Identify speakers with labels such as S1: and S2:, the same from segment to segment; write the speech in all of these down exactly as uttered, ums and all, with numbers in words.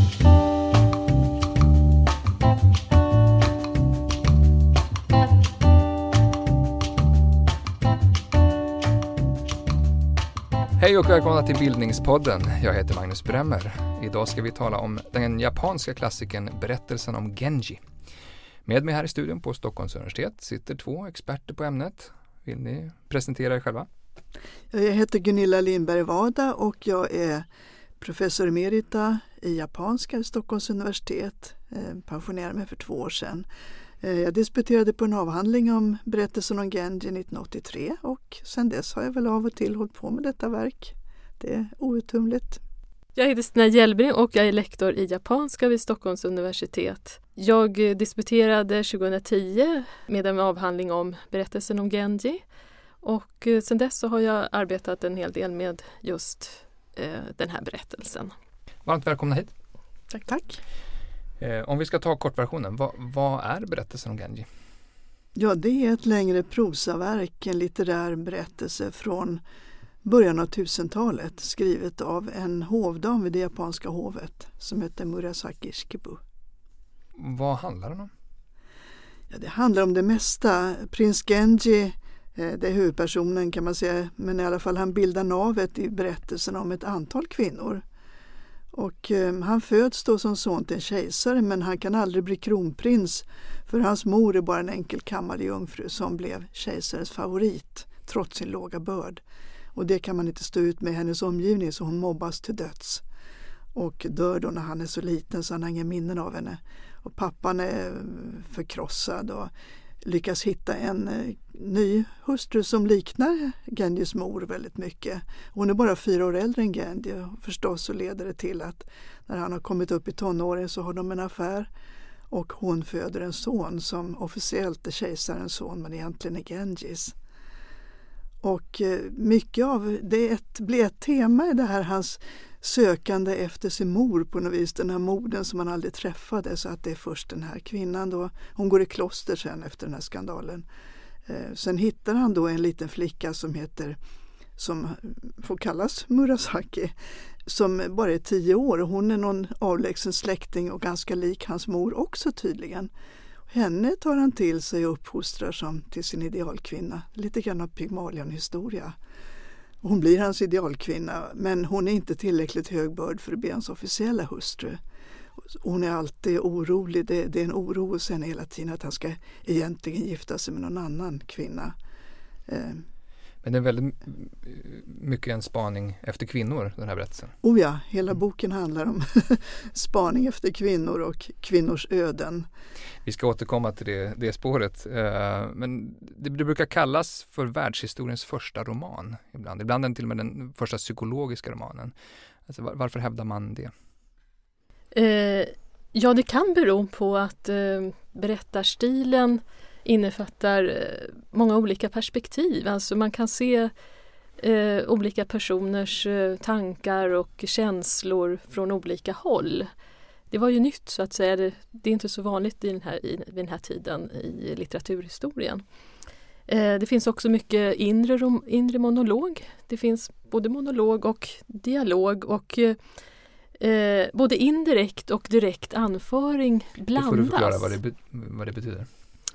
S1: Hej och välkomna till Bildningspodden. Jag heter Magnus Bremmer. Idag ska vi tala om den japanska klassikern Berättelsen om Genji. Med mig här i studion på Stockholms universitet sitter två experter på ämnet. Vill ni presentera er själva?
S2: Jag heter Gunilla Lindberg Wada och jag är professor emerita i japanska vid Stockholms universitet. Pensionerade mig för två år sedan. Jag disputerade på en avhandling om Berättelsen om Genji nittonhundraåttiotre och sedan dess har jag väl av och till hållit på med detta verk. Det är outtömligt.
S3: Jag heter Stina Hjälbring och jag är lektor i japanska vid Stockholms universitet. Jag disputerade tjugohundratio med en avhandling om Berättelsen om Genji och sedan dess så har jag arbetat en hel del med just eh, den här berättelsen.
S1: Varmt välkomna hit.
S2: Tack, tack.
S1: Eh, om vi ska ta kortversionen, vad, vad är Berättelsen om Genji?
S2: Ja, det är ett längre prosaverk, en litterär berättelse från början av tusentalet skrivet av en hovdam vid det japanska hovet som heter Murasaki Shikibu.
S1: Vad handlar den om?
S2: Ja, det handlar om det mesta. Prins Genji, det är huvudpersonen kan man säga, men i alla fall han bildar navet i berättelsen om ett antal kvinnor. Och eh, han föds då som son till en kejsare men han kan aldrig bli kronprins för hans mor är bara en enkel kammarjungfru som blev kejsarens favorit trots sin låga börd. Och det kan man inte stå ut med hennes omgivning så hon mobbas till döds. Och dör då när han är så liten så han har ingen minnen av henne. Och pappan är förkrossad och lyckas hitta en eh, ny hustru som liknar Genjis mor väldigt mycket. Hon är bara fyra år äldre än Genji och förstås så leder det till att när han har kommit upp i tonåren så har de en affär och hon föder en son som officiellt är kejsarens son men egentligen är Genjis. Och eh, mycket av det ett, blir ett tema i det här hans sökande efter sin mor på något vis, den här modern som han aldrig träffade så att det är först den här kvinnan då, hon går i kloster sen efter den här skandalen. Eh, sen hittar han då en liten flicka som heter, som får kallas Murasaki, som bara är tio år och hon är någon avlägsen släkting och ganska lik hans mor också tydligen. Henne tar han till sig och uppfostrar som till sin idealkvinna, lite grann av Pygmalion-historia. Hon blir hans idealkvinna men hon är inte tillräckligt högbörd för att bli hans officiella hustru. Hon är alltid orolig, det, det är en oro hos henne hela tiden att han ska egentligen gifta sig med någon annan kvinna. Eh.
S1: Men det är väldigt mycket en spaning efter kvinnor, den här berättelsen.
S2: Oh ja, hela boken handlar om spaning efter kvinnor och kvinnors öden.
S1: Vi ska återkomma till det, det spåret. Men det, det brukar kallas för världshistoriens första roman. Ibland, ibland är det till och med den första psykologiska romanen. Alltså, var, varför hävdar man det?
S3: Eh, ja, det kan bero på att eh, berättarstilen innefattar många olika perspektiv. Alltså man kan se eh, olika personers eh, tankar och känslor från olika håll. Det var ju nytt så att säga. Det, det är inte så vanligt i den här, i, vid den här tiden i litteraturhistorien. Eh, det finns också mycket inre, rom, inre monolog. Det finns både monolog och dialog och eh, både indirekt och direkt anföring blandas.
S1: Det får du förklara vad det, vad det betyder.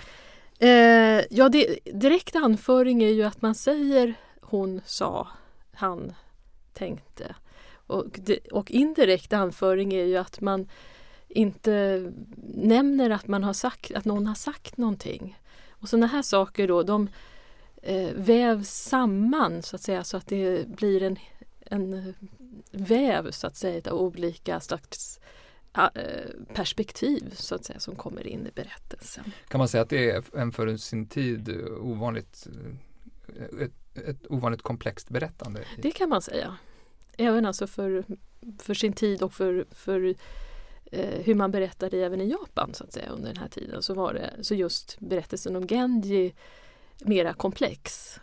S3: Eh, ja, det, direkt anföring är ju att man säger hon sa, han tänkte. Och, och indirekt anföring är ju att man inte nämner att, man har sagt, att någon har sagt någonting. Och sådana här saker då, de eh, vävs samman så att säga så att det blir en, en väv så att säga av olika slags perspektiv så att säga som kommer in i berättelsen.
S1: Kan man säga att det är en för sin tid ovanligt ett, ett ovanligt komplext berättande?
S3: Det kan man säga. Även alltså för, för sin tid och för, för eh, hur man berättade även i Japan så att säga under den här tiden så var det så just berättelsen om Genji mera komplex.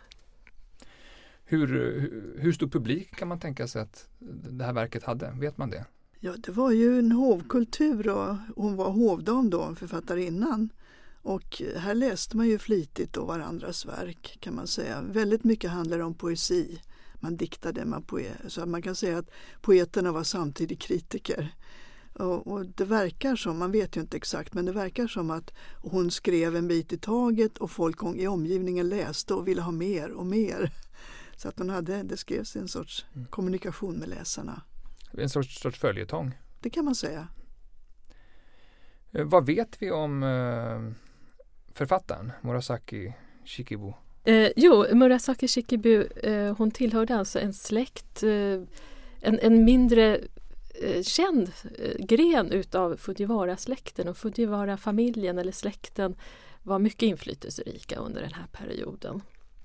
S1: Hur, hur stor publik kan man tänka sig att det här verket hade? Vet man det?
S2: Ja, det var ju en hovkultur och hon var hovdam då, författarinnan. Och här läste man ju flitigt då varandras verk kan man säga. Väldigt mycket handlar om poesi. Man diktade, man poe- så man kan säga att poeterna var samtidigt kritiker. Och, och det verkar som, man vet ju inte exakt, men det verkar som att hon skrev en bit i taget och folk i omgivningen läste och ville ha mer och mer. Så att hon hade, det skrevs en sorts mm. kommunikation med läsarna.
S1: En sorts, sorts följetong.
S2: Det kan man säga.
S1: Eh, vad vet vi om eh, författaren Murasaki Shikibu?
S3: Eh, jo, Murasaki Shikibu, eh, hon tillhörde alltså en släkt, eh, en, en mindre eh, känd eh, gren utav Fujiwara-släkten, och Fujiwara-familjen eller släkten var mycket inflytelserika under den här perioden.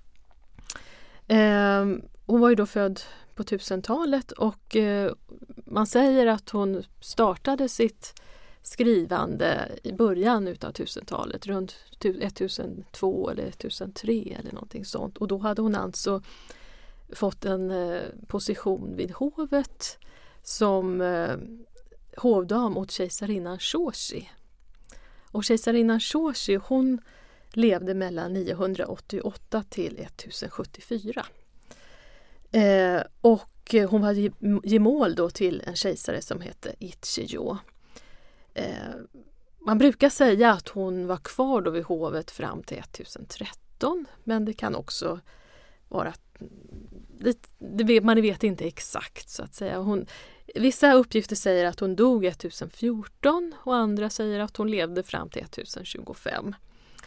S3: Eh, hon var ju då född på tusentalet och eh, man säger att hon startade sitt skrivande i början utav tusentalet, runt ettusentvå eller ettusentre eller någonting sånt. Och då hade hon alltså fått en eh, position vid hovet som eh, hovdam åt kejsarinnan Shoshi. Och kejsarinnan Shoshi, hon levde mellan niohundraåttioåtta till ettusenshuttiofyra. Eh, och hon var gemål då till en kejsare som hette Ichijo. Eh, man brukar säga att hon var kvar då vid hovet fram till etttusentretton, men det kan också vara det, det, man vet inte exakt så att säga. Hon, vissa uppgifter säger att hon dog ettusenfjorton och andra säger att hon levde fram till etttusentjugofem.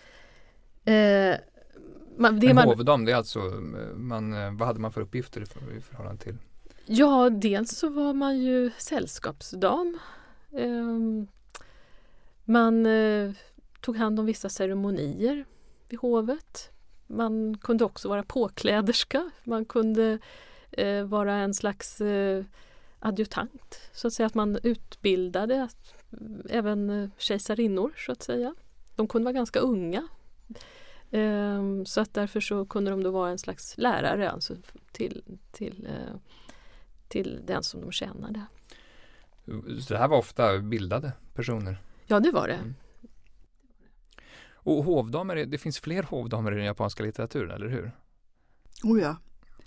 S3: Eh, man, det
S1: men
S3: man,
S1: hovdam, det är alltså man, vad hade man för uppgifter i förhållande till?
S3: Ja, dels så var man ju sällskapsdam. Eh, man eh, tog hand om vissa ceremonier vid hovet. Man kunde också vara påkläderska. Man kunde eh, vara en slags eh, adjutant. Så att säga att man utbildade att, även eh, kejsarinnor så att säga. De kunde vara ganska unga. Eh, så att därför så kunde de då vara en slags lärare alltså till, till, eh, till den som de tjänade.
S1: Så det här var ofta bildade personer?
S3: Ja, det var det.
S1: Mm. Och hovdamer, det finns fler hovdamer i den japanska litteraturen, eller hur?
S2: Oh ja.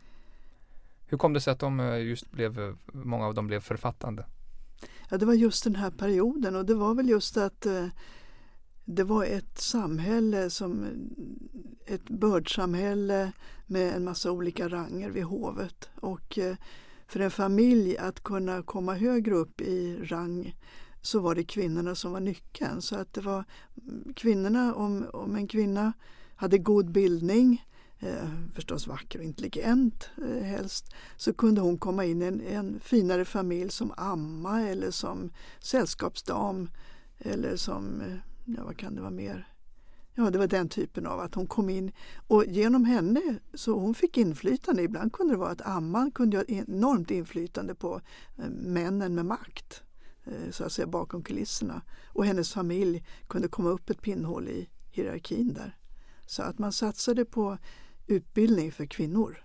S1: Hur kom det sig att de just blev, många av dem blev författande?
S2: Ja, det var just den här perioden, och det var väl just att eh, det var ett samhälle som ett bördsamhälle med en massa olika ranger vid hovet. Och eh, för en familj att kunna komma högre upp i rang så var det kvinnorna som var nyckeln. Så att det var kvinnorna, om, om en kvinna hade god bildning, eh, förstås vacker och intelligent eh, helst, så kunde hon komma in i en, en finare familj som amma eller som sällskapsdam eller som, eh, ja vad kan det vara mer? Ja, det var den typen av att hon kom in, och genom henne så hon fick inflytande. Ibland kunde det vara att amman kunde ha enormt inflytande på eh, männen med makt, så att säga bakom kulisserna, och hennes familj kunde komma upp ett pinnhål i hierarkin där. Så att man satsade på utbildning för kvinnor.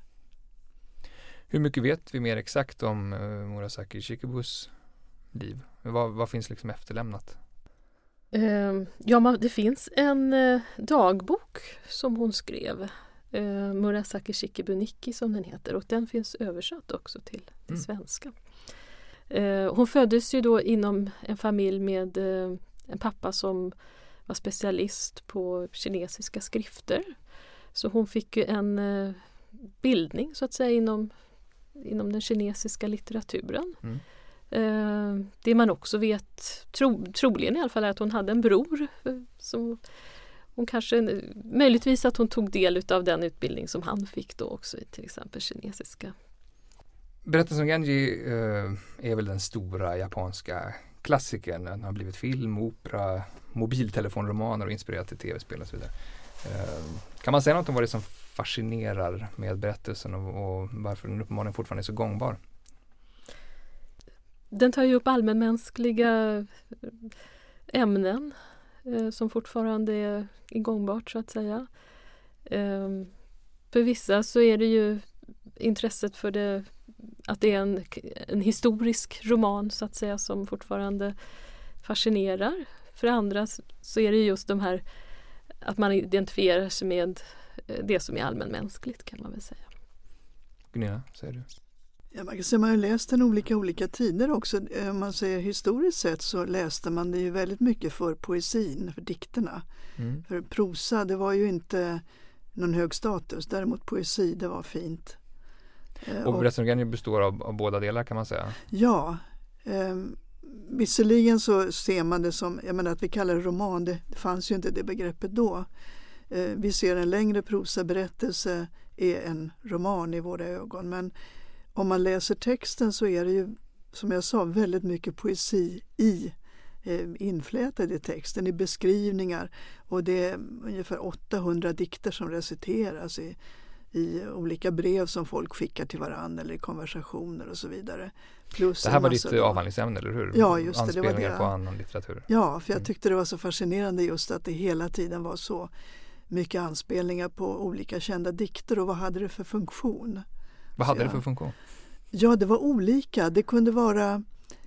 S1: Hur mycket vet vi mer exakt om uh, Murasaki Shikibus liv? Vad, vad finns liksom efterlämnat?
S3: Uh, ja, man, det finns en uh, dagbok som hon skrev, uh, Murasaki Shikibu Nikki som den heter, och den finns översatt också till, till mm. svenska. Hon föddes ju då inom en familj med en pappa som var specialist på kinesiska skrifter. Så hon fick ju en bildning så att säga inom, inom den kinesiska litteraturen. Mm. Det man också vet, tro, troligen i alla fall, är att hon hade en bror som hon kanske, möjligtvis att hon tog del av den utbildning som han fick då också i till exempel kinesiska.
S1: Berättelsen om Genji eh, är väl den stora japanska klassikern. Den har blivit film, opera, mobiltelefonromaner och inspirerat till tv-spel och så vidare. Eh, kan man säga något om vad det är som fascinerar med berättelsen och, och varför den uppenbarligen fortfarande är så gångbar?
S3: Den tar ju upp allmänmänskliga ämnen eh, som fortfarande är gångbart så att säga. Eh, för vissa så är det ju intresset för det, att det är en, en historisk roman så att säga som fortfarande fascinerar. För andra så är det just de här att man identifierar sig med det som är allmänmänskligt kan man väl säga.
S1: Gunilla, säger du?
S2: Ja, man kan säga man har läst den olika olika tider också. Om man säger historiskt sett så läste man det ju väldigt mycket för poesin, för dikterna. Mm. För prosa, det var ju inte någon hög status. Däremot poesi, det var fint.
S1: Och, och berättelsen om Genji består av, av båda delar kan man säga?
S2: Ja. Eh, visserligen så ser man det som, jag menar att vi kallar det roman, det, det fanns ju inte det begreppet då. Eh, vi ser en längre prosaberättelse är en roman i våra ögon, men om man läser texten så är det ju, som jag sa, väldigt mycket poesi i eh, inflätad i texten, i beskrivningar, och det är ungefär åttahundra dikter som reciteras i, i olika brev som folk skickar till varandra eller i konversationer och så vidare. Plus
S1: det här var ditt avhandlingsämne, eller hur?
S2: Ja, just det.
S1: Anspelningar
S2: det var det.
S1: på annan litteratur.
S2: Ja, för jag tyckte det var så fascinerande just att det hela tiden var så mycket anspelningar på olika kända dikter, och vad hade det för funktion?
S1: Vad hade
S2: så
S1: det för funktion?
S2: Ja, det var olika. Det kunde vara,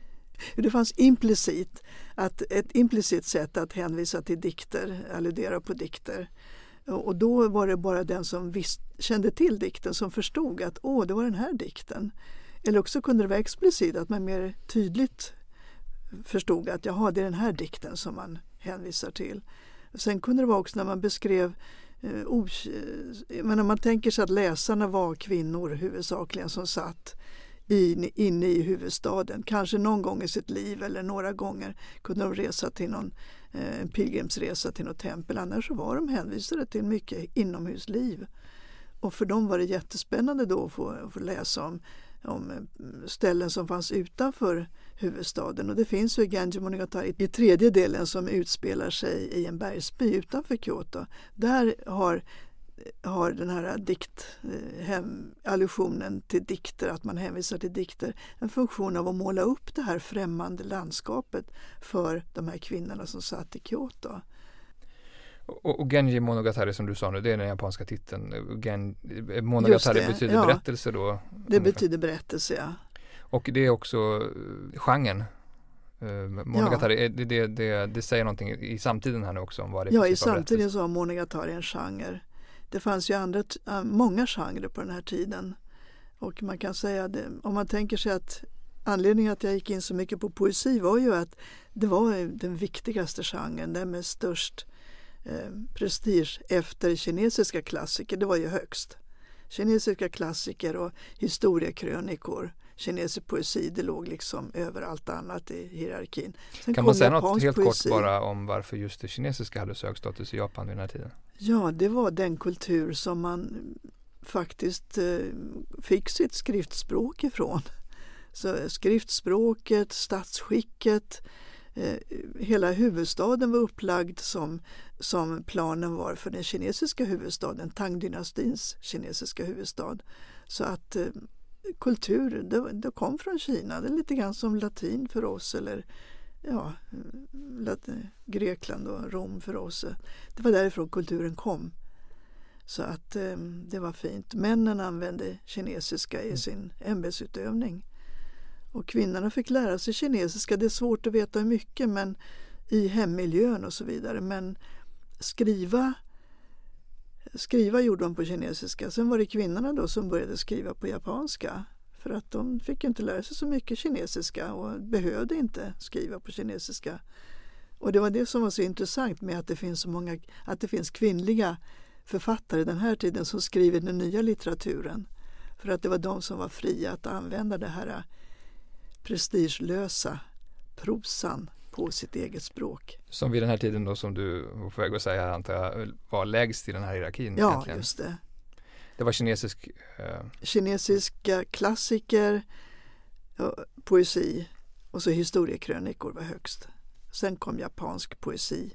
S2: det fanns implicit, att ett implicit sätt att hänvisa till dikter, alludera på dikter. Och då var det bara den som visst, kände till dikten som förstod att åh, det var den här dikten. Eller också kunde det vara explicit, att man mer tydligt förstod att jaha, det är den här dikten som man hänvisar till. Sen kunde det vara också när man beskrev eh, os- men om man tänker sig att läsarna var kvinnor huvudsakligen som satt in, inne i huvudstaden. Kanske någon gång i sitt liv eller några gånger kunde de resa till någon eh, en pilgrimsresa till något tempel. Annars så var de hänvisade till mycket inomhusliv. Och för dem var det jättespännande då att få, att få läsa om, om ställen som fanns utanför huvudstaden. Och det finns ju Genji Monogatari i tredje delen som utspelar sig i en bergsby utanför Kyoto. Där har, har den här dikt, hem, allusionen till dikter, att man hänvisar till dikter, en funktion av att måla upp det här främmande landskapet för de här kvinnorna som satt i Kyoto.
S1: Och, och Genji Monogatari som du sa nu, det är den japanska titeln. Gen, Monogatari betyder ja, berättelse då?
S2: Det ungefär. betyder berättelse, ja.
S1: Och det är också uh, genren. Uh, Monogatari, ja. det, det, det, det säger någonting i samtiden här nu också om vad det är.
S2: Ja, i samtiden så var Monogatari en genre. Det fanns ju andra, uh, många genrer på den här tiden. Och man kan säga, det, om man tänker sig att anledningen att jag gick in så mycket på poesi var ju att det var den viktigaste genren, den med störst eh, prestige efter kinesiska klassiker. Det var ju högst. Kinesiska klassiker och historiekrönikor, kinesisk poesi, det låg liksom över allt annat i hierarkin. Sen
S1: kan man säga något helt
S2: poesi.
S1: kort bara om varför just det kinesiska hade så hög status i Japan vid den här tiden?
S2: Ja, det var den kultur som man faktiskt eh, fick sitt skriftspråk ifrån. Så skriftspråket, statsskicket, eh, hela huvudstaden var upplagd som, som planen var för den kinesiska huvudstaden, Tang-dynastins kinesiska huvudstad. Så att eh, kultur, det, det kom från Kina. Det är lite grann som latin för oss, eller ja, lat- Grekland och Rom för oss. Det var därifrån kulturen kom. Så att eh, det var fint. Männen använde kinesiska i sin ämbetsutövning. Och kvinnorna fick lära sig kinesiska. Det är svårt att veta hur mycket, men i hemmiljön och så vidare. Men skriva, skriva gjorde de på kinesiska. Sen var det kvinnorna då som började skriva på japanska. För att de fick inte lära sig så mycket kinesiska och behövde inte skriva på kinesiska. Och det var det som var så intressant med att det finns så många, att det finns kvinnliga författare den här tiden som skriver den nya litteraturen. För att det var de som var fria att använda det här prestigelösa prosan på sitt eget språk.
S1: Som vid den här tiden då, som du var på väg att säga, antar jag, var lägst i den här hierarkin.
S2: Ja,
S1: egentligen.
S2: Just det.
S1: Det var kinesisk... Eh...
S2: Kinesiska klassiker, poesi och så historiekrönikor var högst. Sen kom japansk poesi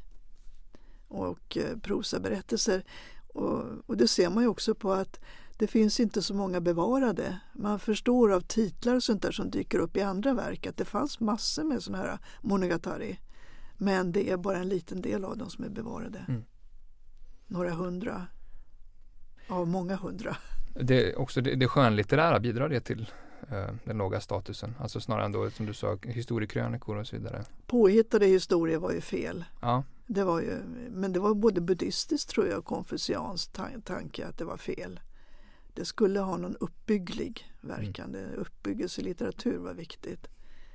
S2: och eh, prosaberättelser. Och, och det ser man ju också på att det finns inte så många bevarade. Man förstår av titlar och sånt där som dyker upp i andra verk att det fanns massor med såna här monogatari. Men det är bara en liten del av dem som är bevarade. Mm. Några hundra av många hundra.
S1: Det, också det, det skönlitterära, bidrar det till eh, den låga statusen? Alltså snarare ändå, som du sa, historiekrönikor och så vidare.
S2: Påhittade historier var ju fel.
S1: Ja.
S2: Det var ju, men det var både buddhistiskt tror jag och konfuciansk tanke att det var fel. det skulle ha någon uppbygglig verkan. Mm. Uppbyggelselitteratur var viktigt.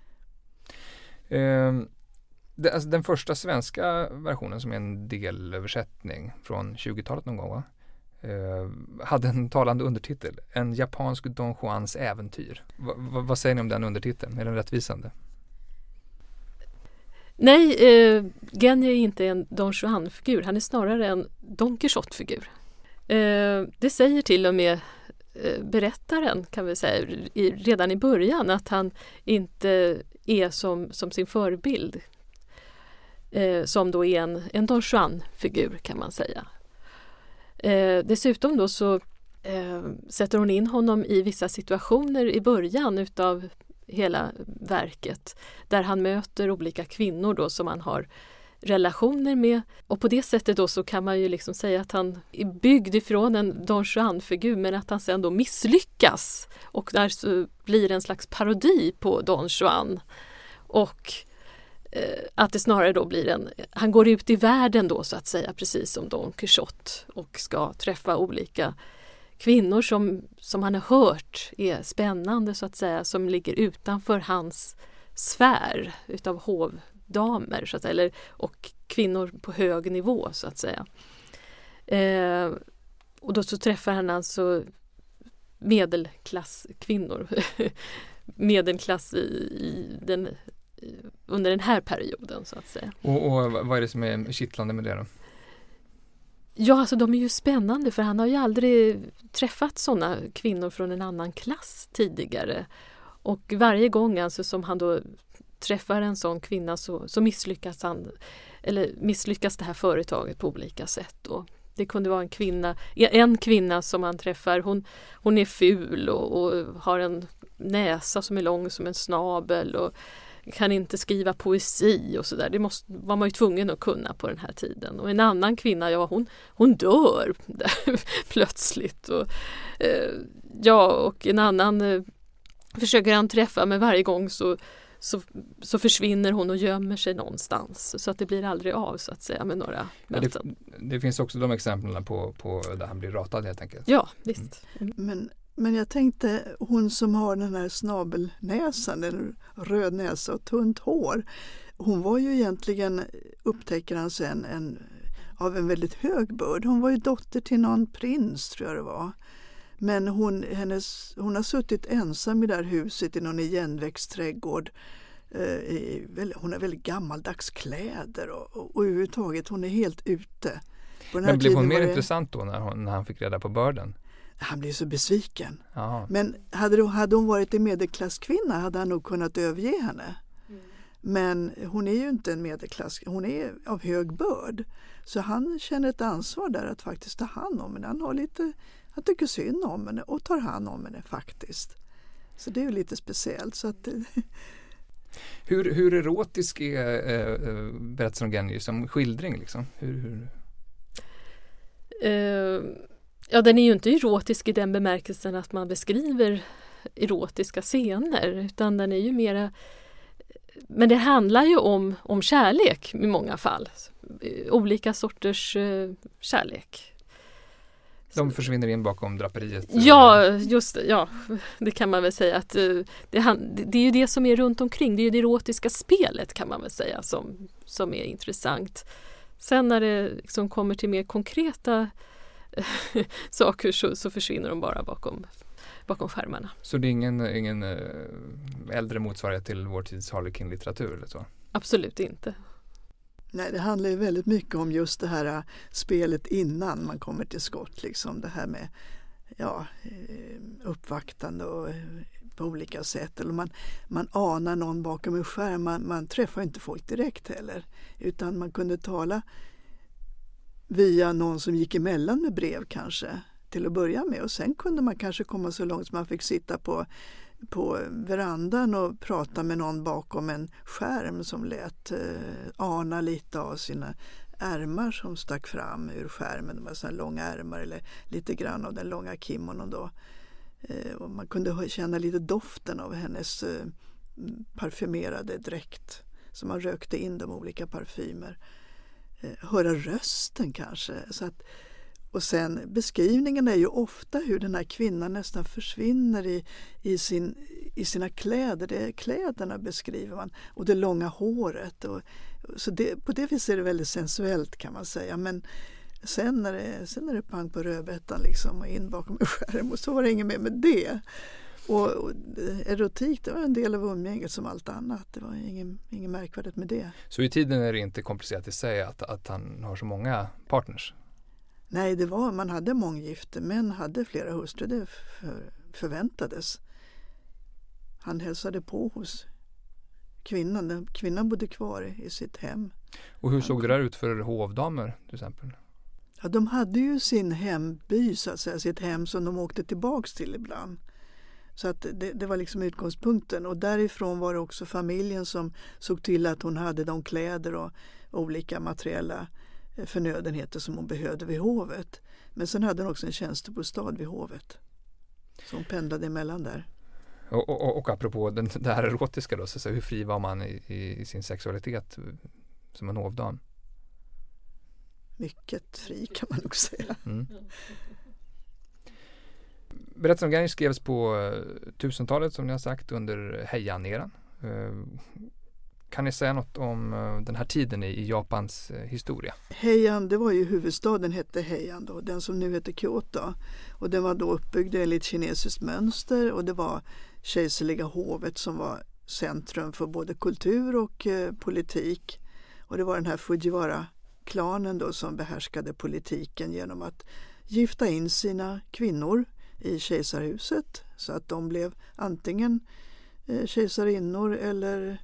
S1: Um. Det, alltså den första svenska versionen som är en delöversättning från tjugotalet någon gång va? Eh, hade en talande undertitel. En japansk Don Juans äventyr. Va, va, vad säger ni om den undertiteln? Är den rättvisande?
S3: Nej, eh, Genji är inte en Don Juan-figur. Han är snarare en Don Quixote-figur. Eh, det säger till och med eh, berättaren kan vi säga i, redan i början att han inte är som, som sin förebild. Eh, som då är en, en Don Juan-figur kan man säga. Eh, dessutom då så eh, sätter hon in honom i vissa situationer i början utav hela verket där han möter olika kvinnor då som han har relationer med, och på det sättet då så kan man ju liksom säga att han är byggd ifrån en Don Juan-figur men att han sen då misslyckas och där så blir en slags parodi på Don Juan och att det snarare då blir en, han går ut i världen då så att säga precis som Don Quixote och ska träffa olika kvinnor som, som han har hört är spännande så att säga, som ligger utanför hans sfär utav hovdamer så att säga, eller, och kvinnor på hög nivå så att säga. Eh, och då så träffar han alltså medelklasskvinnor medelklass i, i den under den här perioden så att säga.
S1: Och, och vad är det som är kittlande med det då?
S3: Ja, alltså de är ju spännande för han har ju aldrig träffat sådana kvinnor från en annan klass tidigare. Och varje gång alltså som han då träffar en sån kvinna så, så misslyckas han, eller misslyckas det här företaget på olika sätt. Och det kunde vara en kvinna, en kvinna som han träffar, hon, hon är ful och, och har en näsa som är lång som en snabel och kan inte skriva poesi och sådär. Det måste, var man ju tvungen att kunna på den här tiden. Och en annan kvinna, ja hon, hon dör plötsligt. Och, eh, ja, och en annan eh, försöker han träffa men varje gång så, så, så försvinner hon och gömmer sig någonstans. Så att det blir aldrig av så att säga med några
S1: ja, det, det finns också de exemplen på, på där han blir ratad helt enkelt.
S3: Ja, visst.
S2: Mm. Men Men jag tänkte, hon som har den här snabelnäsan, eller röd näsa och tunt hår, hon var ju egentligen, upptäcker han sen, en, av en väldigt hög börd. Hon var ju dotter till någon prins tror jag det var. Men hon, hennes, hon har suttit ensam i det här huset i någon igenväxt trädgård. Eh, i, hon har väldigt gammaldags kläder och, och, och överhuvudtaget hon är helt ute. På den här
S1: Men blev hon mer
S2: det...
S1: intressant då när, hon, när han fick reda på börden?
S2: Han blev så besviken.
S1: Aha.
S2: Men hade, hade hon varit en medelklasskvinna hade han nog kunnat överge henne. Mm. Men hon är ju inte en medelklass, hon är av hög börd. Så han känner ett ansvar där att faktiskt ta hand om henne. Han, har lite, han tycker synd om henne och tar hand om henne faktiskt. Så det är ju lite speciellt. Så att,
S1: hur, hur erotisk är äh, berättelsen om Genji som skildring? Liksom? Hur, hur?
S3: Uh... Ja, den är ju inte erotisk i den bemärkelsen att man beskriver erotiska scener utan den är ju mera, men det handlar ju om, om kärlek i många fall. Olika sorters uh, kärlek.
S1: De försvinner in bakom draperiet.
S3: Ja, just det, ja, det kan man väl säga att uh, det, det är ju det som är runt omkring, det är ju det erotiska spelet kan man väl säga som, som är intressant. Sen när det liksom kommer till mer konkreta saker så, så försvinner de bara bakom, bakom skärmarna.
S1: Så det är ingen, ingen äldre motsvarighet till vår tids Harlequin-litteratur eller så?
S3: Absolut inte.
S2: Nej, det handlar ju väldigt mycket om just det här spelet innan man kommer till skott. Liksom det här med ja, uppvaktande och på olika sätt. Eller man, man anar någon bakom en skärm. Man, man träffar inte folk direkt heller. Utan man kunde tala via någon som gick emellan med brev kanske till att börja med. Och sen kunde man kanske komma så långt som man fick sitta på, på verandan och prata med någon bakom en skärm som lät eh, ana lite av sina ärmar som stack fram ur skärmen. Det var sådana långa ärmar eller lite grann av den långa kimonon då. Eh, och man kunde känna lite doften av hennes eh, parfymerade dräkt som man rökte in de olika parfymer. Höra rösten kanske. Så att, Och sen beskrivningen är ju ofta hur den här kvinnan nästan försvinner i, i, sin, i sina kläder. Det är kläderna beskriver man och det långa håret. Och, så det, på det viset är det väldigt sensuellt kan man säga. Men sen är det, sen är det pang på rödbetan liksom och in bakom en skärm och så var det inget mer med det. Och, och erotik, det var en del av umgänget som allt annat. Det var ingen, ingen märkvärdigt med det.
S1: Så i tiden är det inte komplicerat i sig att, att han har så många partners?
S2: Nej, det var, man hade månggifte, men hade flera hustrur, det för, förväntades. Han hälsade på hos kvinnan. Kvinnan bodde kvar i, i sitt hem.
S1: Och hur såg det där ut för hovdamer till exempel?
S2: Ja, de hade ju sin hemby, så att säga, sitt hem som de åkte tillbaks till ibland. Så att det, det var liksom utgångspunkten. Och därifrån var det också familjen som såg till att hon hade de kläder och olika materiella förnödenheter som hon behövde vid hovet. Men sen hade hon också en tjänstebostad vid hovet. Så hon pendlade emellan där.
S1: Och, och, och apropå den, det här erotiska då, så, så hur fri var man i, i, i sin sexualitet som en hovdam?
S2: Mycket fri kan man nog säga.
S1: Mm. Berättelsen om Genji skrevs på tusentalet som ni har sagt under Heian-eran. Kan ni säga något om den här tiden i Japans historia?
S2: Heian, det var ju huvudstaden hette Heian då, den som nu heter Kyoto. Och den var då uppbyggd enligt kinesiskt mönster och det var kejserliga hovet som var centrum för både kultur och eh, politik. Och det var den här Fujiwara-klanen då som behärskade politiken genom att gifta in sina kvinnor i kejsarhuset så att de blev antingen eh, kejsarinnor eller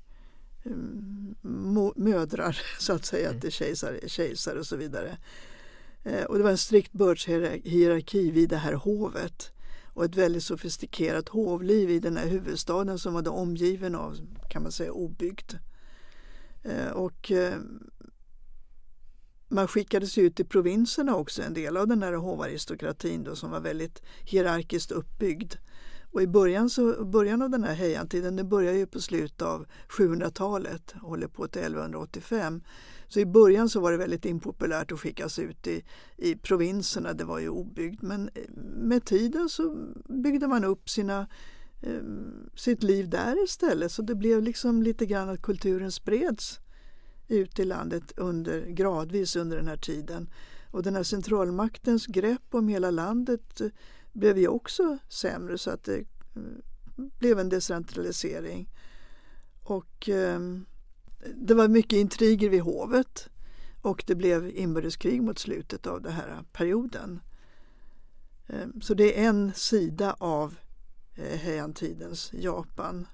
S2: mödrar så att säga mm. till kejsar, kejsar och så vidare. Eh, och det var en strikt bördshierarki vid det här hovet och ett väldigt sofistikerat hovliv i den här huvudstaden som var då omgiven av, kan man säga, obygd. Eh, och eh, man skickades ut i provinserna också, en del av den här hovaristokratin då, som var väldigt hierarkiskt uppbyggd. Och i början, så, början av den här Heian-tiden, det börjar ju på slutet av sjuhundratalet och håller på till elvahundraåttiofem. Så i början så var det väldigt impopulärt att skickas ut i, i provinserna, det var ju obyggt. Men med tiden så byggde man upp sina, eh, sitt liv där istället. Så det blev liksom lite grann att kulturen spreds ut i landet under, gradvis under den här tiden. Och den här centralmaktens grepp om hela landet blev ju också sämre så att det blev en decentralisering. Och eh, det var mycket intriger vid hovet och det blev inbördeskrig mot slutet av den här perioden. Eh, så det är en sida av eh, Heian-tidens Japan.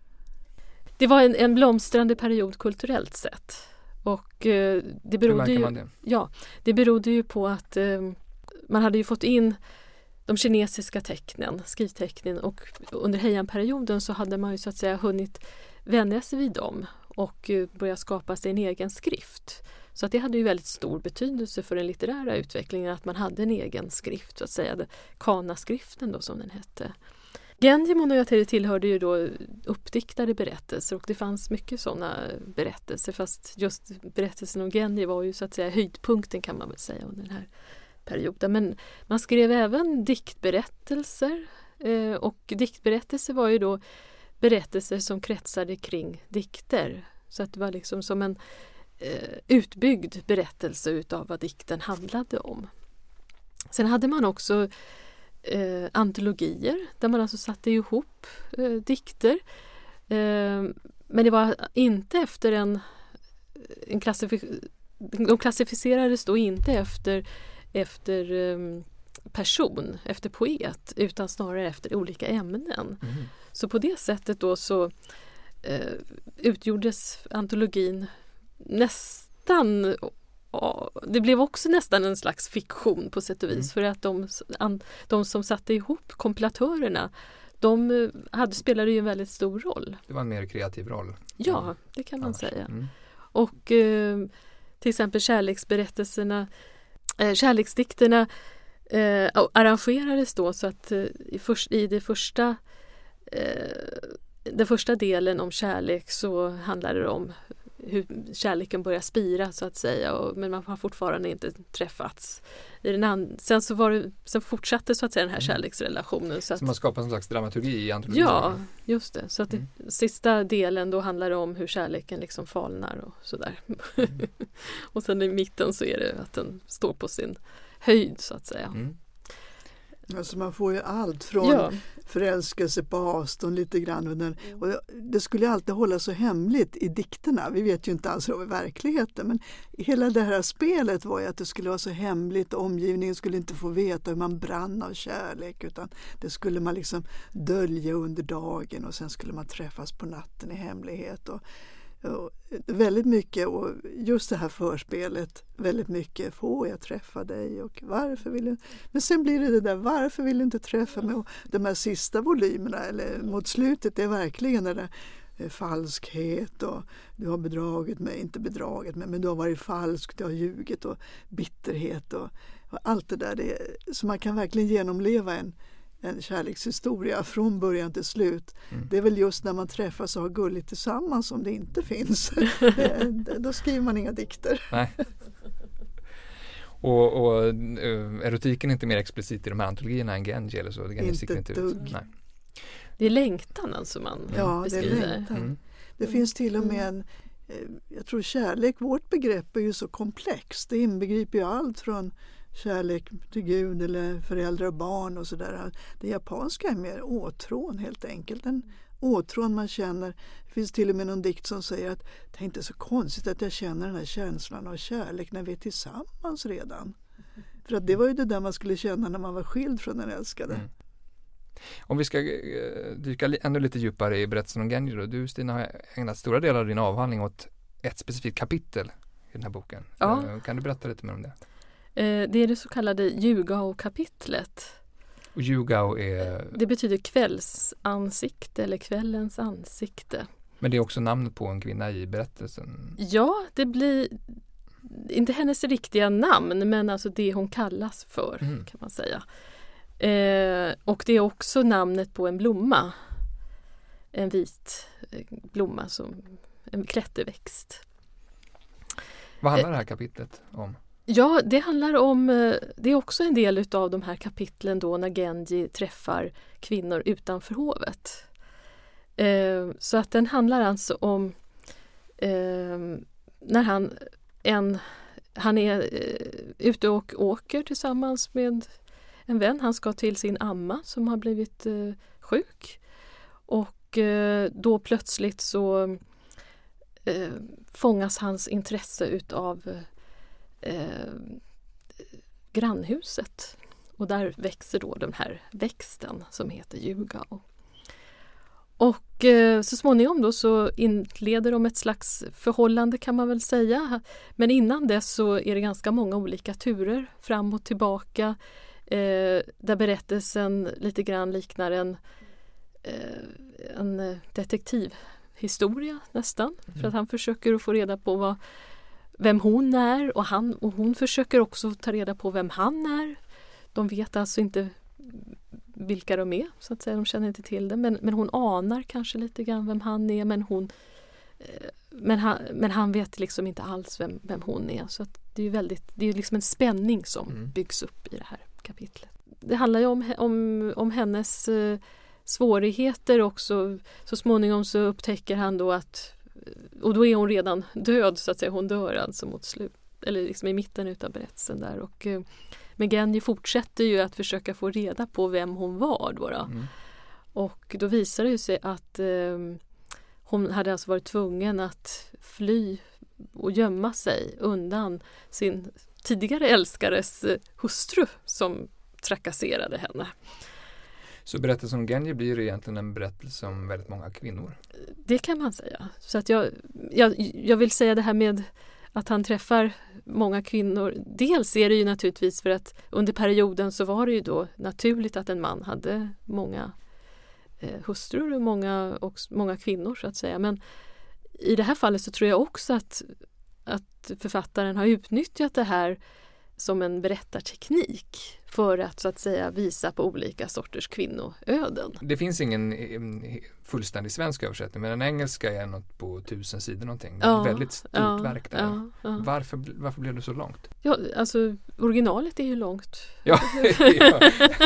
S3: Det var en, en blomstrande period kulturellt sett. Och eh, det berodde ju, det? Ja, det berodde ju på att eh, man hade ju fått in de kinesiska tecknen, skrivtecknen, och under Heian-perioden så hade man ju så att säga hunnit vänja sig vid dem och börja skapa sig en egen skrift. Så att det hade ju väldigt stor betydelse för den litterära utvecklingen att man hade en egen skrift, så att säga, Kana-skriften då som den hette. Genji Monogatari tillhörde ju då uppdiktade berättelser och det fanns mycket sådana berättelser, fast just berättelsen om Genji var ju så att säga höjdpunkten kan man väl säga under den här perioden. Men man skrev även diktberättelser eh, och diktberättelser var ju då berättelser som kretsade kring dikter. Så att det var liksom som en eh, utbyggd berättelse utav vad dikten handlade om. Sen hade man också eh, antologier där man alltså satte ihop eh, dikter. Eh, men det var inte efter en, en klassifi- de klassificerades då inte efter efter um, person, efter poet, utan snarare efter olika ämnen. Mm. Så på det sättet då så uh, utgjordes antologin nästan, uh, det blev också nästan en slags fiktion på sätt och vis, mm. för att de, an, de som satte ihop kompilatörerna, de uh, hade, spelade ju en väldigt stor roll.
S1: Det var en mer kreativ roll.
S3: Ja, det kan man Annars. säga. Mm. Och uh, till exempel kärleksberättelserna Eh, kärleksdikterna eh, arrangerades då så att eh, i, för, i det första, eh, den första delen om kärlek så handlade det om hur kärleken börjar spira så att säga, och, men man har fortfarande inte träffats. I den and- sen, så var det, sen fortsatte så att säga den här
S1: Mm.
S3: kärleksrelationen. Så, att,
S1: Så man skapar en slags dramaturgi i antologin?
S3: ja, just det. Så att det,
S1: Mm.
S3: sista delen då handlar det om hur kärleken liksom falnar och sådär.
S1: Mm.
S3: Och sen i mitten så är det att den står på sin höjd så att säga.
S1: Mm.
S2: Alltså man får ju allt från
S3: Ja.
S2: förälskelse på avstånd lite grann. Och, den, och det skulle alltid hålla så hemligt i dikterna. Vi vet ju inte alls om verkligheten, men hela det här spelet var ju att det skulle vara så hemligt. Omgivningen skulle inte få veta hur man brann av kärlek, utan det skulle man liksom dölja under dagen och sen skulle man träffas på natten i hemlighet. Och, och väldigt mycket, och just det här förspelet, väldigt mycket, får jag träffa dig och varför vill jag, men sen blir det det där, varför vill du inte träffa mig, och de här sista volymerna eller mot slutet, det är verkligen det där eh, falskhet och du har bedragit mig, inte bedragit mig, men du har varit falsk, du har ljugit och bitterhet och, och allt det där, det, så man kan verkligen genomleva en en kärlekshistoria från början till slut.
S1: Mm.
S2: Det är väl just när man träffas och har gulligt tillsammans som det inte finns. det, det, då skriver man inga dikter.
S1: Nej. Och, och uh, erotiken är inte mer explicit i de här antologierna än Genji eller så? Genji
S2: Inte
S1: sticker
S2: ett
S1: ut.
S2: dugg.
S1: Nej.
S3: Det är längtan alltså man
S2: Ja, det är
S3: beskriver.
S2: längtan.
S1: Mm.
S2: Det finns till och med en, eh, jag tror kärlek, vårt begrepp är ju så komplext. Det inbegriper ju allt från kärlek till Gud eller föräldrar och barn och sådär. Det japanska är mer åtrån helt enkelt. En åtrån man känner. Det finns till och med någon dikt som säger att det är inte så konstigt att jag känner den här känslan av kärlek när vi är tillsammans redan. För att det var ju det där man skulle känna när man var skild från den älskade.
S1: Mm. Om vi ska uh, dyka li- ännu lite djupare i berättelsen om Genji då. Du, Stina, har ägnat stora delar av din avhandling åt ett specifikt kapitel i den här boken.
S3: Ja.
S1: Uh, kan du berätta lite mer om det?
S3: Eh, det är det så kallade Yugao-kapitlet.
S1: Och Yugao är...
S3: Det betyder kvällsansikte eller kvällens ansikte.
S1: Men det är också namnet på en kvinna i berättelsen.
S3: Ja, det blir inte hennes riktiga namn, men alltså det hon kallas för
S1: Mm.
S3: kan man säga. Eh, och det är också namnet på en blomma. En vit eh, blomma, som en klätterväxt.
S1: Vad handlar det här kapitlet om?
S3: Ja, det handlar om, eh, det är också en del utav de här kapitlen då när Genji träffar kvinnor utanför hovet. Eh, så att den handlar alltså om eh, när han, en, han är eh, ute och åker tillsammans med en vän. Han ska till sin amma som har blivit eh, sjuk. Och eh, då plötsligt så eh, fångas hans intresse utav eh, grannhuset. Och där växer då den här växten som heter Yugao. Och eh, så småningom då så inleder de ett slags förhållande kan man väl säga. Men innan dess så är det ganska många olika turer fram och tillbaka. Eh, där berättelsen lite grann liknar en, eh, en detektivhistoria nästan. Mm. För att han försöker att få reda på vad, vem hon är och, han, och hon försöker också ta reda på vem han är. De vet alltså inte vilka de är, så att säga. De känner inte till det. Men, men hon anar kanske lite grann vem han är. Men, hon, eh, men, han, men han vet liksom inte alls vem, vem hon är. Så att det är ju väldigt, det är liksom en spänning som mm. byggs upp i det här kapitlet. Det handlar ju om, om, om hennes eh, svårigheter också. Så småningom så upptäcker han då att, och då är hon redan död så att säga. Hon dör alltså mot slut, eller liksom i mitten utav berättelsen där. Och eh, men Genji fortsätter ju att försöka få reda på vem hon var då. då. Mm. Och då visar det sig att eh, hon hade alltså varit tvungen att fly och gömma sig undan sin tidigare älskares eh, hustru som trakasserade henne.
S1: Så berättelsen om Genji blir egentligen en berättelse om väldigt många kvinnor?
S3: Det kan man säga. Så att jag, jag, jag vill säga det här med att han träffar många kvinnor. Dels är det ju naturligtvis för att under perioden så var det ju då naturligt att en man hade många eh, hustrur och många, och många kvinnor så att säga. Men i det här fallet så tror jag också att, att författaren har utnyttjat det här som en berättarteknik för att så att säga visa på olika sorters kvinnoöden.
S1: Det finns ingen fullständig svensk översättning, men den engelska är något på tusen sidor någonting. Det är
S3: Ja,
S1: ett väldigt stort
S3: ja,
S1: verk där.
S3: ja, ja.
S1: Varför, varför blev det så långt?
S3: Ja, alltså originalet är ju långt.
S1: Ja, ja.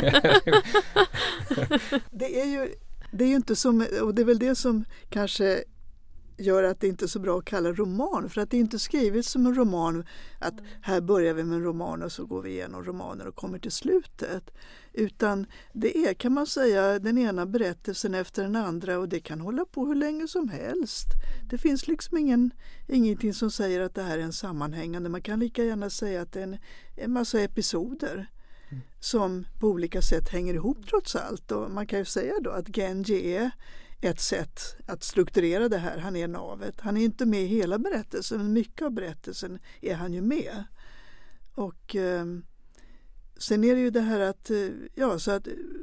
S2: Det är ju det är ju inte som, och det är väl det som kanske gör att det inte är så bra att kalla roman, för att det är inte skrivet som en roman, att här börjar vi med en roman och så går vi igenom romaner och kommer till slutet, utan det är, kan man säga, den ena berättelsen efter den andra, och det kan hålla på hur länge som helst. Det finns liksom ingen, ingenting som säger att det här är en sammanhängande, man kan lika gärna säga att det är en, en massa episoder mm. som på olika sätt hänger ihop trots allt, och man kan ju säga då att Genji är ett sätt att strukturera det här. Han är navet. Han är inte med i hela berättelsen, men mycket av berättelsen är han ju med. Och eh, sen är det ju det här att, ja, så att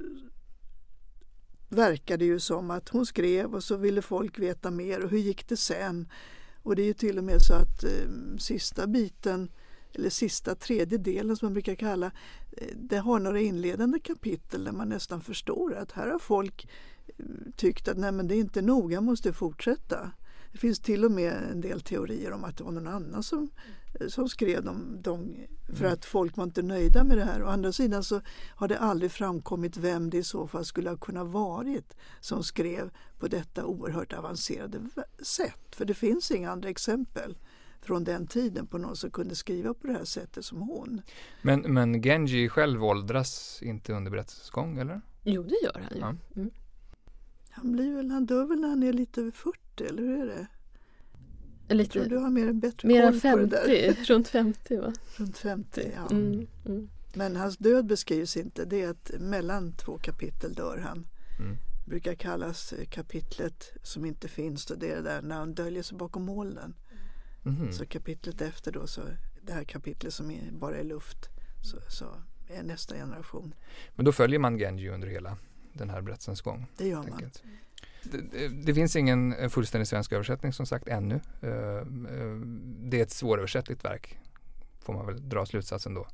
S2: verkar det ju som att hon skrev och så ville folk veta mer, och hur gick det sen? Och det är ju till och med så att eh, sista biten, eller sista tredje delen som man brukar kalla, eh, det har några inledande kapitel där man nästan förstår att här har folk tyckte att nej, men det är inte nog, jag måste fortsätta. Det finns till och med en del teorier om att det var någon annan som, som skrev dem, dem för att folk var inte nöjda med det här. Å andra sidan så har det aldrig framkommit vem det i så fall skulle ha kunnat varit som skrev på detta oerhört avancerade sätt. För det finns inga andra exempel från den tiden på någon som kunde skriva på det här sättet som hon.
S1: Men, men Genji själv åldras inte under berättelsens gång, eller?
S3: Jo, det gör han ju.
S1: Ja.
S3: Mm.
S2: Han, blir väl, han dör väl när han är lite över fyrtio, eller hur är det?
S3: Lite,
S2: tror du har mer en bättre
S3: mer
S2: koll på det där?
S3: Runt femtio, va?
S2: Runt femtio, ja.
S3: Mm, mm.
S2: Men hans död beskrivs inte. Det är att mellan två kapitel dör han.
S1: Mm.
S2: Det brukar kallas kapitlet som inte finns. Och det är det där när han döljer sig bakom molnen.
S1: Mm.
S2: Så kapitlet efter då, så det här kapitlet som är, bara är luft, så, så är nästa generation.
S1: Men då följer man Genji under hela den här berättelsens gång.
S2: Det gör man.
S1: Det, det, det finns ingen fullständig svensk översättning som sagt ännu. Det är ett svåröversättligt verk, får man väl dra slutsatsen då.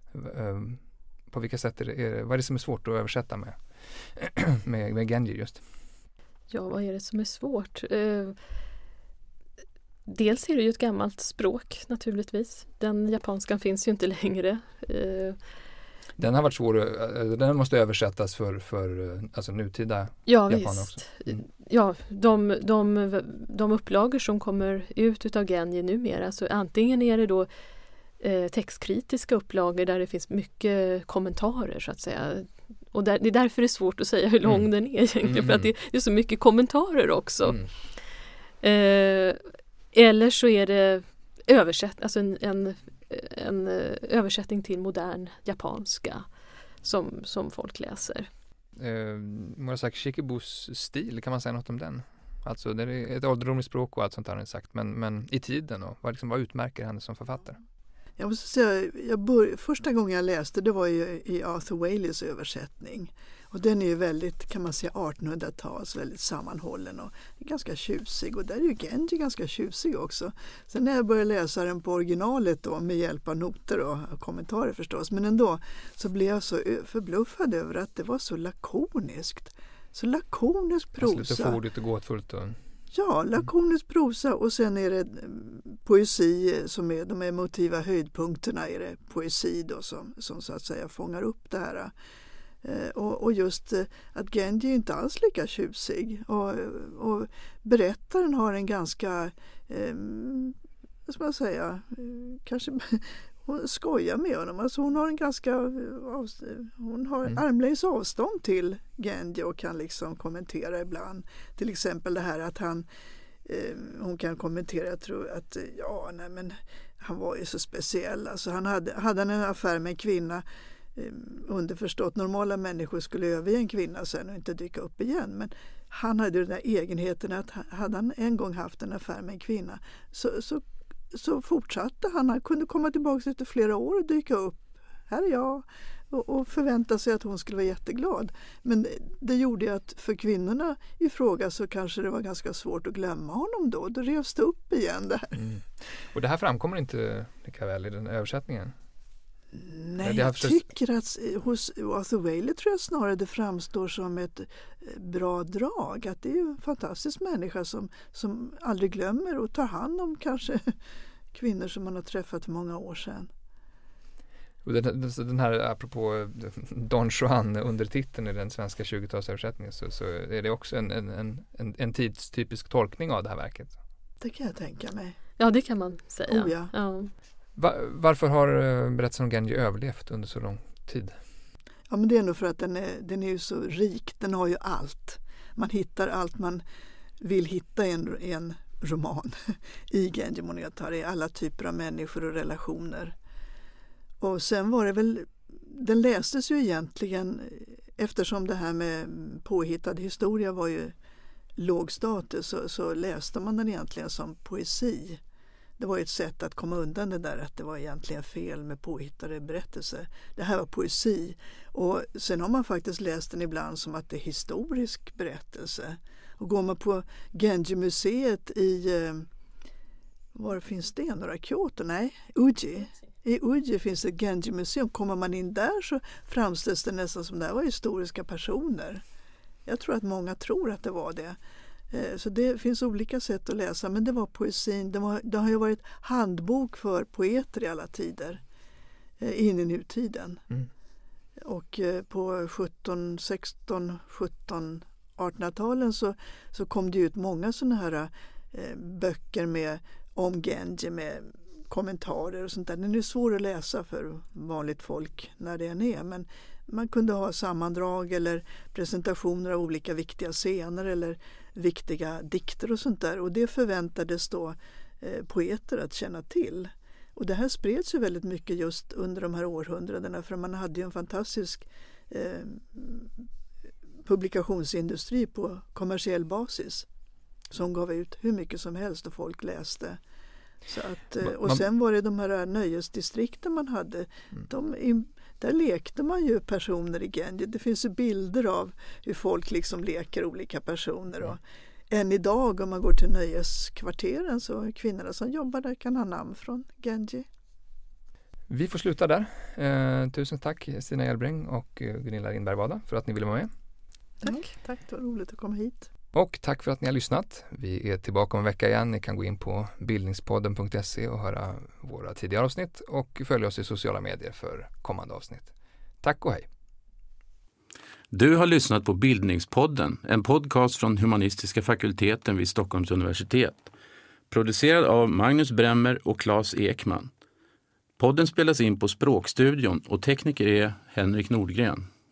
S1: På vilka sätt är det, är det, vad är det som är svårt att översätta med, med, med Genji just?
S3: Ja, vad är det som är svårt? Dels är det ju ett gammalt språk naturligtvis. Den japanskan finns ju inte längre.
S1: Den har varit svår, den måste översättas för, för alltså nutida
S3: ja,
S1: japaner
S3: visst.
S1: också. Mm.
S3: Ja, de, de, de upplagor som kommer ut utav Genji numera, så antingen är det då eh, textkritiska upplagor där det finns mycket kommentarer så att säga. Och där, det är därför det är svårt att säga hur lång mm. den är egentligen, mm. för att det, det är så mycket kommentarer också. Mm. Eh, eller så är det översätt, alltså en, en en översättning till modern japanska som, som folk läser.
S1: Eh, Murasaki Shikibus stil, kan man säga något om den? Alltså det är ett ålderdomligt språk och allt sånt har han sagt, men, men i tiden och vad, liksom, vad utmärker henne som författare?
S2: Jag måste säga, jag bör, första gången jag läste det var ju i Arthur Whaleys översättning. Och den är ju väldigt, kan man säga, artonhundratals, väldigt sammanhållen och ganska tjusig. Och där är ju Genji ganska tjusig också. Sen när jag började läsa den på originalet då, med hjälp av noter och kommentarer förstås, men ändå så blev jag så förbluffad över att det var så lakoniskt. Så lakonisk prosa.
S1: Alltså lite fåordigt och gåtfullt och...
S2: Ja, lakonisk prosa, och sen är det poesi som är de emotiva höjdpunkterna, är det poesi då som, som så att säga fångar upp det här. Eh, och, och just eh, att Genji är inte alls lika tjusig, och, och berättaren har en ganska, eh, vad ska man säga, eh, kanske hon skojar med honom. Alltså hon har en ganska hon har mm. armlängds avstånd till Genji och kan liksom kommentera ibland. Till exempel det här att han eh, hon kan kommentera, jag tror att ja, nej men han var ju så speciell. Alltså han hade, hade han en affär med en kvinna, eh, underförstått normala människor skulle överge en kvinna sen och inte dyka upp igen. Men han hade den där egenheten att hade han en gång haft en affär med en kvinna så, så så fortsatte han. Han kunde komma tillbaka efter flera år och dyka upp. Här är jag. Och, och förvänta sig att hon skulle vara jätteglad. Men det, det gjorde att för kvinnorna i fråga så kanske det var ganska svårt att glömma honom då. Då revs det upp igen det här.
S1: Mm. Och det här framkommer inte lika väl i den översättningen?
S2: Nej, jag förstås... tycker att hos Arthur Waley tror jag snarare det framstår som ett bra drag. Att det är ju en fantastisk människa som, som aldrig glömmer och tar hand om kanske kvinnor som man har träffat för många år sedan.
S1: Och den, den här, apropå Don Juan under titeln i den svenska tjugotalsöversättningen så, så är det också en, en, en, en tidstypisk tolkning av det här verket.
S2: Det kan jag tänka mig.
S3: Ja, det kan man säga.
S2: Oh, ja.
S3: Ja.
S1: Va, varför har berättelsen om Genji överlevt under så lång tid?
S2: Ja, men det är nog för att den är, den är ju så rik. Den har ju allt. Man hittar allt man vill hitta i en, en roman i Genji Monogatari. Alla typer av människor och relationer. Och sen var det väl, den lästes ju egentligen eftersom det här med påhittad historia var ju låg status så, så läste man den egentligen som poesi. Det var ett sätt att komma undan det där att det var egentligen fel med påhittade berättelser. Det här var poesi. Och sen har man faktiskt läst den ibland som att det är historisk berättelse. Och går man på Genji-museet i, var finns det? Några Kyoto? Nej, Uji. I Uji finns det Genji-museum. Kommer man in där så framställs det nästan som det här var historiska personer. Jag tror att många tror att det var det. Så det finns olika sätt att läsa, men det var poesin. Det, var, det har ju varit handbok för poeter i alla tider, in i nutiden. Mm. Och på sjutton, sexton, sjutton, artonhundratalen så, så kom det ut många sådana här eh, böcker med, om Genji med kommentarer och sånt där. Den är svår att läsa för vanligt folk när det än är, men man kunde ha sammandrag eller presentationer av olika viktiga scener eller viktiga dikter och sånt där. Och det förväntades då eh, poeter att känna till. Och det här spreds ju väldigt mycket just under de här århundradena för man hade ju en fantastisk eh, publikationsindustri på kommersiell basis som gav ut hur mycket som helst och folk läste. Så att, och sen var det de här nöjesdistrikten man hade. De, där lekte man ju personer i Genji. Det finns ju bilder av hur folk liksom leker olika personer. Och än idag om man går till nöjeskvarteren så kvinnorna som jobbar där kan ha namn från Genji.
S1: Vi får sluta där. Eh, tusen tack Stina Hjelbring och Gunilla Lindberg-Wada för att ni ville vara med.
S2: Tack, mm. tack, det var roligt att komma hit.
S1: Och tack för att ni har lyssnat. Vi är tillbaka om en vecka igen. Ni kan gå in på bildningspodden punkt se och höra våra tidigare avsnitt och följa oss i sociala medier för kommande avsnitt. Tack och hej!
S4: Du har lyssnat på Bildningspodden, en podcast från Humanistiska fakulteten vid Stockholms universitet. Producerad av Magnus Bremmer och Claes Ekman. Podden spelas in på Språkstudion och tekniker är Henrik Nordgren.